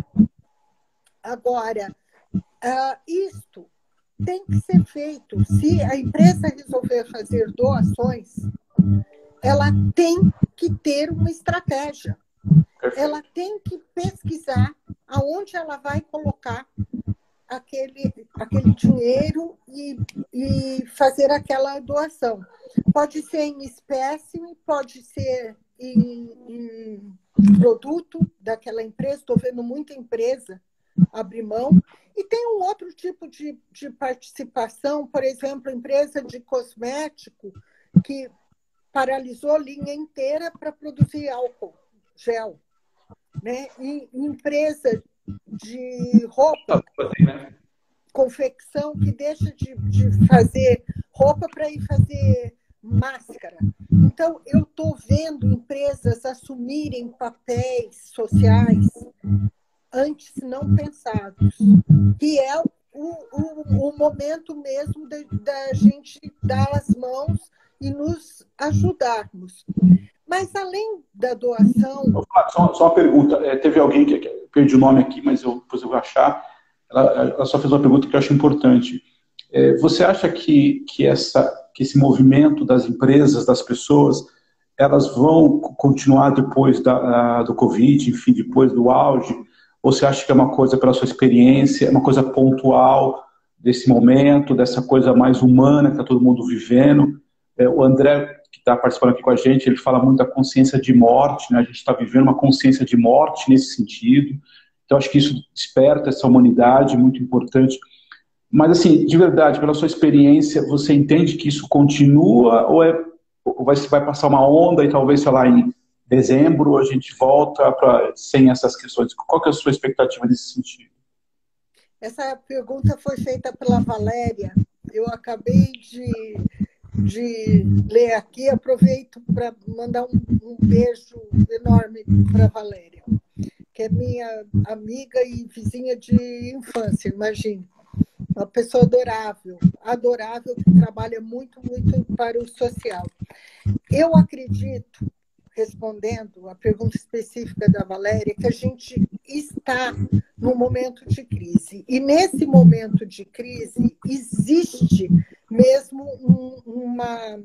Agora, uh, isto tem que ser feito. Se a empresa resolver fazer doações, ela tem que ter uma estratégia. Ela tem que pesquisar aonde ela vai colocar aquele, aquele dinheiro e, e fazer aquela doação. Pode ser em espécie, pode ser em, em produto daquela empresa. Estou vendo muita empresa abrir mão. E tem um outro tipo de, de participação, por exemplo, empresa de cosmético que paralisou linha inteira para produzir álcool, gel. Né? E empresa de roupa, confecção, que deixa de, de fazer roupa para ir fazer máscara. Então, eu estou vendo empresas assumirem papéis sociais antes não pensados, que é o, o, o momento mesmo da, da gente dar as mãos e nos ajudarmos. Mas, além da doação... Só, só uma pergunta. É, teve alguém que, que perdi o nome aqui, mas eu, depois eu vou achar. Ela, ela só fez uma pergunta que eu acho importante. É, você acha que, que, essa, que esse movimento das empresas, das pessoas, elas vão continuar depois da, do Covid, enfim, depois do auge? Ou você acha que é uma coisa, pela sua experiência, é uma coisa pontual desse momento, dessa coisa mais humana que está todo mundo vivendo? É, o André, que está participando aqui com a gente, ele fala muito da consciência de morte, né? A gente está vivendo uma consciência de morte nesse sentido. Então, acho que isso desperta essa humanidade, muito importante. Mas, assim, de verdade, pela sua experiência, você entende que isso continua ou, é, ou vai, vai passar uma onda e talvez, sei lá, em dezembro a gente volta pra, sem essas questões? Qual que é a sua expectativa nesse sentido? Essa pergunta foi feita pela Valéria. Eu acabei de, de ler aqui, aproveito para mandar um, um beijo enorme para a Valéria, que é minha amiga e vizinha de infância, imagine. Uma pessoa adorável, adorável, que trabalha muito, muito para o social. Eu acredito, respondendo a pergunta específica da Valéria, que a gente está num momento de crise. E nesse momento de crise existe mesmo um, uma,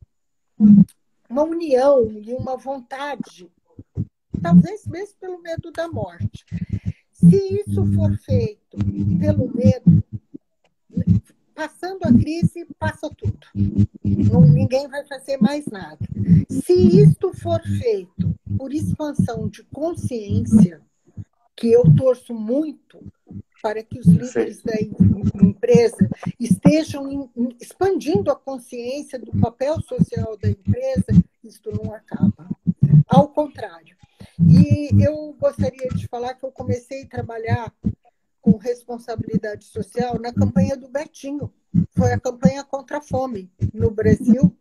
uma união e uma vontade, talvez mesmo pelo medo da morte. Se isso for feito pelo medo, passando a crise, passa tudo. Não, ninguém vai fazer mais nada. Se isto for feito por expansão de consciência, que eu torço muito para que os líderes da empresa estejam expandindo a consciência do papel social da empresa, isto não acaba. Ao contrário. E eu gostaria de falar que eu comecei a trabalhar com responsabilidade social na campanha do Betinho. Foi a campanha contra a fome no Brasil.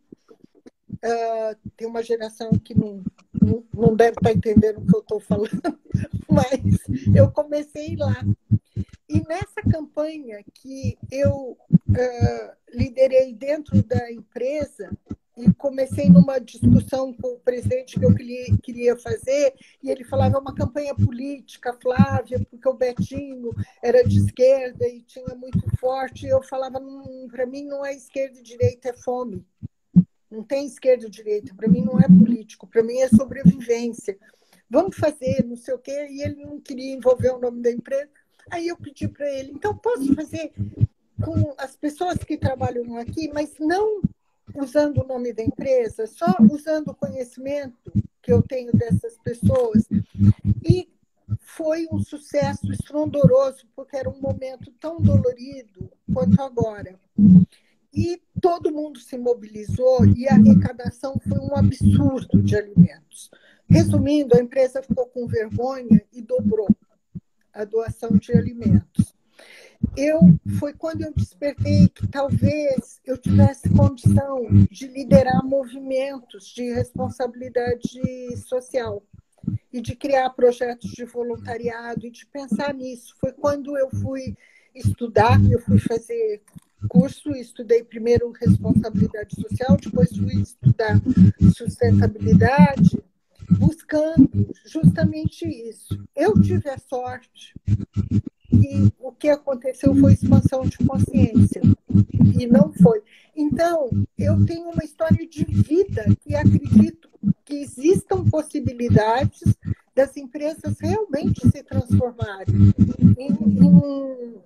Uh, tem uma geração que não, não, não deve estar entendendo o que eu estou falando, mas eu comecei lá. E nessa campanha que eu uh, liderei dentro da empresa, e comecei numa discussão com o presidente que eu queria fazer, e ele falava, é uma campanha política, Flávia, porque o Betinho era de esquerda e tinha muito forte, e eu falava, para mim não é esquerda e direita, é fome. Não tem esquerda e direita, para mim não é político, para mim é sobrevivência. Vamos fazer, não sei o quê, e ele não queria envolver o nome da empresa. Aí eu pedi para ele, então posso fazer com as pessoas que trabalham aqui, mas não usando o nome da empresa, só usando o conhecimento que eu tenho dessas pessoas. E foi um sucesso estrondoso, porque era um momento tão dolorido quanto agora. E todo mundo se mobilizou e a arrecadação foi um absurdo de alimentos. Resumindo, a empresa ficou com vergonha e dobrou a doação de alimentos. Eu, foi quando eu despertei que talvez eu tivesse condição de liderar movimentos de responsabilidade social e de criar projetos de voluntariado e de pensar nisso. Foi quando eu fui estudar, eu fui fazer curso, estudei primeiro responsabilidade social, depois fui estudar sustentabilidade, buscando justamente isso. Eu tive a sorte e o que aconteceu foi expansão de consciência, e não foi. Então, eu tenho uma história de vida e acredito que existam possibilidades das empresas realmente se transformarem em, em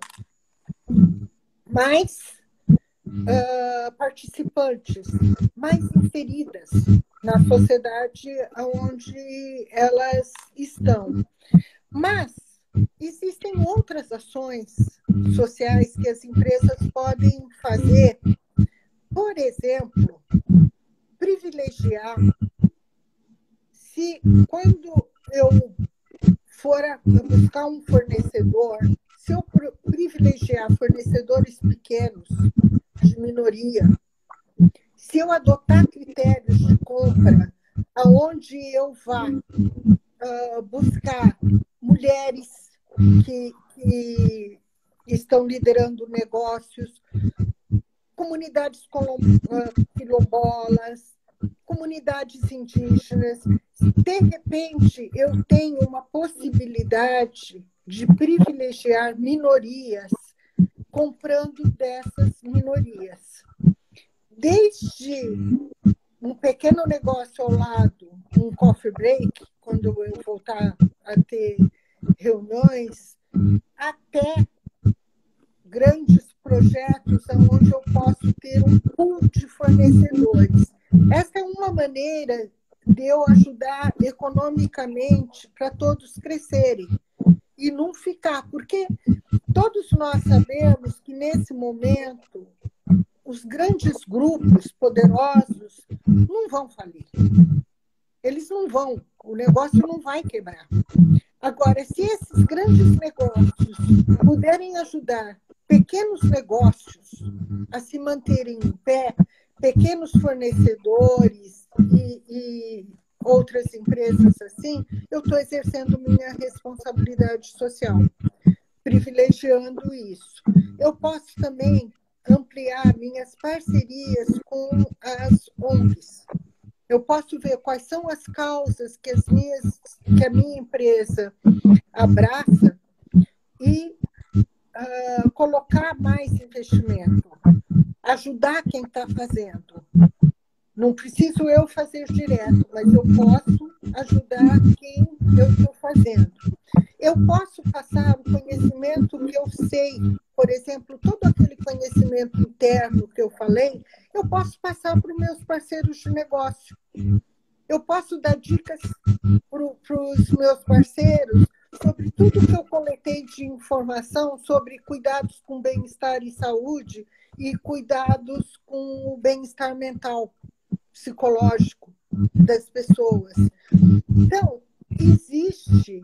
mais uh, participantes, mais inseridas na sociedade onde elas estão. Mas existem outras ações sociais que as empresas podem fazer. Por exemplo, privilegiar, se quando eu for a buscar um fornecedor, se eu privilegiar fornecedores pequenos, de minoria, se eu adotar critérios de compra aonde eu vá uh, buscar mulheres que, que estão liderando negócios, comunidades quilombolas, comunidades indígenas, de repente eu tenho uma possibilidade de privilegiar minorias comprando dessas minorias. Desde um pequeno negócio ao lado, um coffee break, quando eu voltar a ter reuniões, até grandes projetos onde eu posso ter um pool de fornecedores. Essa é uma maneira de eu ajudar economicamente para todos crescerem e não ficar, porque todos nós sabemos que nesse momento os grandes grupos poderosos não vão falir. Eles não vão, o negócio não vai quebrar. Agora, se esses grandes negócios puderem ajudar pequenos negócios a se manterem em pé, pequenos fornecedores e, e outras empresas assim, eu estou exercendo minha responsabilidade social, privilegiando isso. Eu posso também ampliar minhas parcerias com as O N Gs. Eu posso ver quais são as causas que, as minhas, que a minha empresa abraça e uh, colocar mais investimento, ajudar quem está fazendo. Não preciso eu fazer direto, mas eu posso ajudar quem eu estou fazendo. Eu posso passar o conhecimento que eu sei, por exemplo, todo aquele conhecimento interno que eu falei, eu posso passar para os meus parceiros de negócio. Eu posso dar dicas para os meus parceiros sobre tudo que eu coletei de informação sobre cuidados com bem-estar e saúde e cuidados com o bem-estar mental, psicológico das pessoas. Então, existe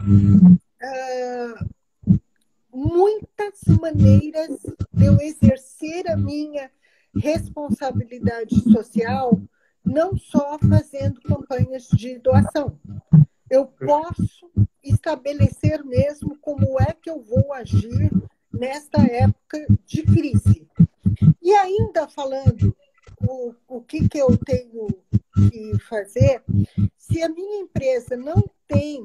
uh, muitas maneiras de eu exercer a minha responsabilidade social, não só fazendo campanhas de doação. Eu posso estabelecer mesmo como é que eu vou agir nesta época de crise. E ainda falando o, o que, que eu tenho que fazer, se a minha empresa não tem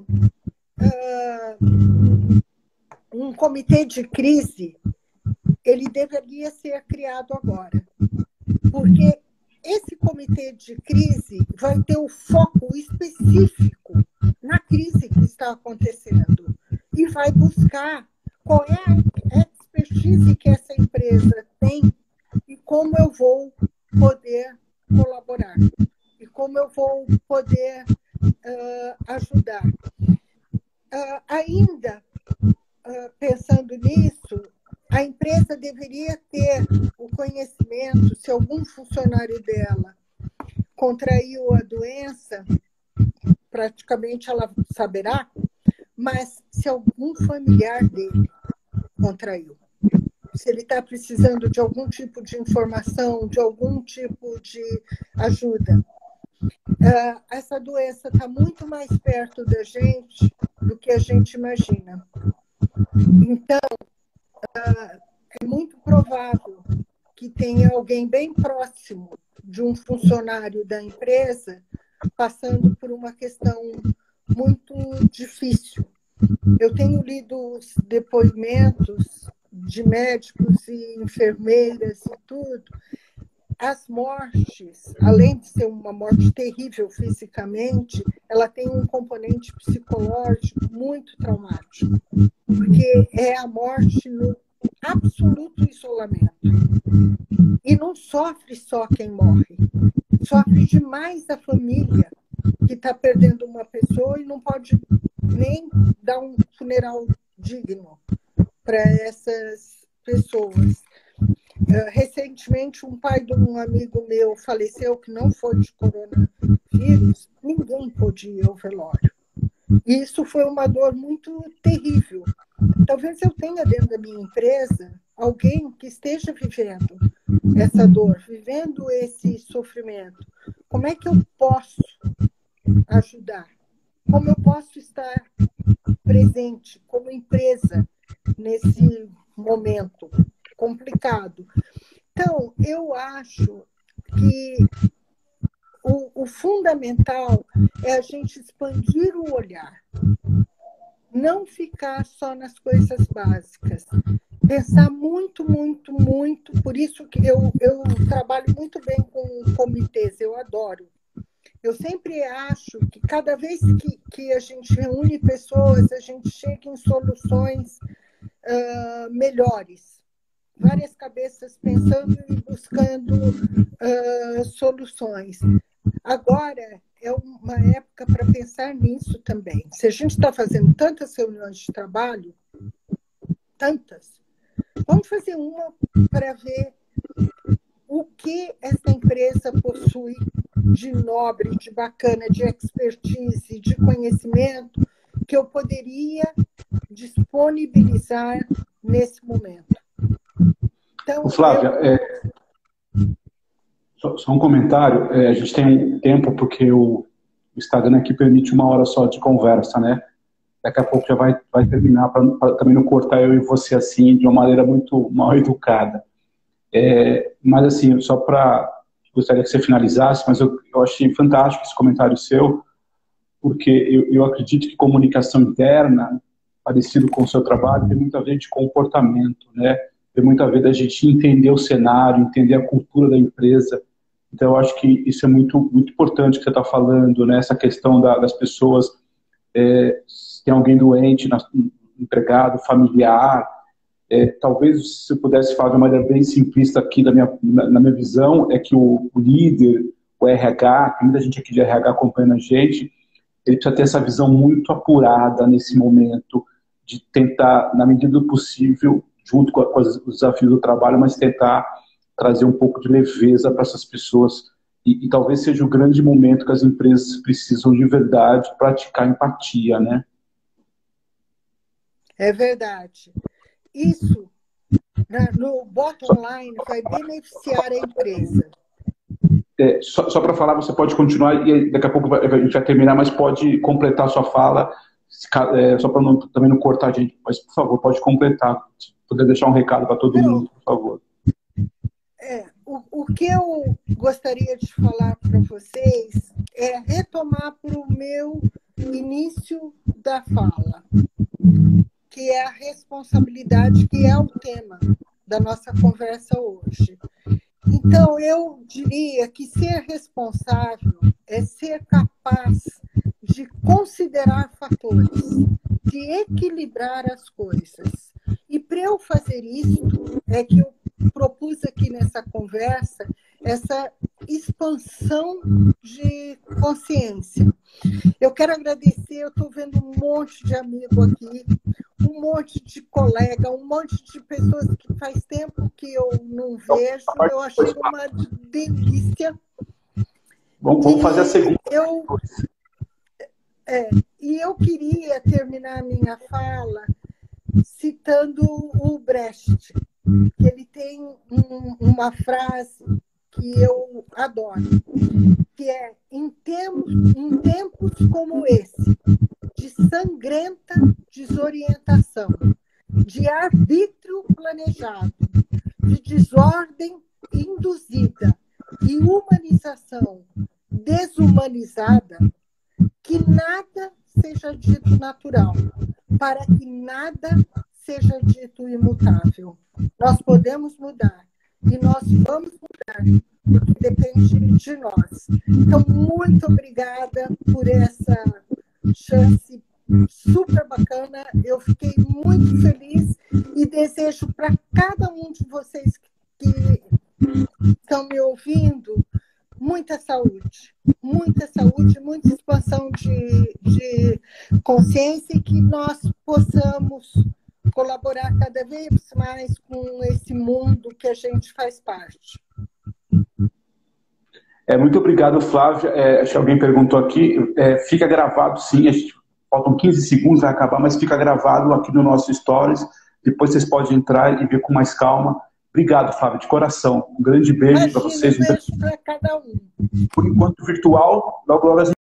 uh, um comitê de crise, ele deveria ser criado agora. Porque esse comitê de crise vai ter o foco específico na crise que está acontecendo e vai buscar qual é a expertise que essa empresa tem e como eu vou poder colaborar e como eu vou poder uh, ajudar. Uh, ainda uh, pensando nisso, a empresa deveria ter o conhecimento, se algum funcionário dela contraiu a doença, praticamente ela saberá, mas se algum familiar dele contraiu, se ele está precisando de algum tipo de informação, de algum tipo de ajuda. Uh, essa doença está muito mais perto da gente do que a gente imagina. Então, uh, é muito provável que tenha alguém bem próximo de um funcionário da empresa passando por uma questão muito difícil. Eu tenho lido os depoimentos de médicos e enfermeiras e tudo. As mortes, além de ser uma morte terrível fisicamente, ela tem um componente psicológico muito traumático, porque é a morte no absoluto isolamento. E não sofre só quem morre, sofre demais a família que está perdendo uma pessoa e não pode nem dar um funeral digno para essas pessoas. Uh, recentemente, um pai de um amigo meu faleceu que não foi de coronavírus, ninguém pôde ir ao velório. E isso foi uma dor muito terrível. Talvez eu tenha dentro da minha empresa alguém que esteja vivendo essa dor, vivendo esse sofrimento. Como é que eu posso ajudar? Como eu posso estar presente como empresa nesse momento complicado? Então, eu acho que o, o fundamental é a gente expandir o olhar. Não ficar só nas coisas básicas. Pensar muito, muito, muito. Por isso que eu, eu trabalho muito bem com comitês, eu adoro. Eu sempre acho que cada vez que, que a gente reúne pessoas, a gente chega em soluções uh, melhores. Várias cabeças pensando e buscando uh, soluções. Agora, é uma época para pensar nisso também. Se a gente está fazendo tantas reuniões de trabalho, tantas, vamos fazer uma para ver o que essa empresa possui de nobre, de bacana, de expertise, de conhecimento, que eu poderia disponibilizar nesse momento. Então, Flávia, eu... é, só, só um comentário. É, a gente tem um tempo porque o, o Instagram aqui permite uma hora só de conversa, né? Daqui a pouco já vai, vai terminar, para também não cortar eu e você assim, de uma maneira muito mal educada. É, mas assim, só para... Gostaria que você finalizasse, mas eu, eu achei fantástico esse comentário seu, porque eu, eu acredito que comunicação interna, parecido com o seu trabalho, tem muito a ver de comportamento, né? Tem muito a ver da gente entender o cenário, entender a cultura da empresa. Então, eu acho que isso é muito, muito importante que você está falando, né? Essa questão da, das pessoas, é, se tem alguém doente, na, empregado, familiar. É, talvez, se eu pudesse falar de uma maneira bem simplista aqui, da minha, na, na minha visão, é que o, o líder, o R H, tem muita gente aqui de R H acompanhando a gente, ele precisa ter essa visão muito apurada nesse momento, de tentar, na medida do possível, junto com, a, com os desafios do trabalho, mas tentar trazer um pouco de leveza para essas pessoas. E, e talvez seja o grande momento que as empresas precisam de verdade praticar empatia, né? É verdade. Isso, no bottom line, vai beneficiar a empresa. É, só só para falar, você pode continuar e daqui a pouco a gente vai terminar, mas pode completar a sua fala, é, só para também não cortar a gente. Mas, por favor, pode completar. Se puder deixar um recado para todo não, mundo, por favor. É, o, o que eu gostaria de falar para vocês é retomar para o meu início da fala, que é a responsabilidade, que é o tema da nossa conversa hoje. Então, eu diria que ser responsável é ser capaz de considerar fatores, de equilibrar as coisas. E para eu fazer isso, é que eu propus aqui nessa conversa essa expansão de consciência. Eu quero agradecer, eu estou vendo um monte de amigo aqui, um monte de colega, um monte de pessoas que faz tempo que eu não vejo. Eu achei uma delícia. Vamos, vamos fazer a segunda. Eu, é, e eu queria terminar a minha fala citando o Brecht, que ele tem um, uma frase que eu adoro, que é: em tempos, em tempos como esse, de sangrenta desorientação, de arbítrio planejado, de desordem induzida e humanização desumanizada, que nada seja dito natural, para que nada seja dito imutável. Nós podemos mudar e nós vamos mudar, porque depende de nós. Então, muito obrigada por essa chance super bacana. Eu fiquei muito feliz e desejo para cada um de vocês que estão me ouvindo muita saúde, muita saúde, muita expansão de, de consciência e que nós possamos colaborar cada vez mais com esse mundo que a gente faz parte. É, muito obrigado, Flávia. É, acho que alguém perguntou aqui. É, fica gravado, sim. A gente Faltam quinze segundos, vai acabar, mas fica gravado aqui no nosso Stories. Depois vocês podem entrar e ver com mais calma. Obrigado, Fábio, de coração. Um grande beijo para vocês. Um beijo para cada um. Por enquanto virtual, logo logo a gente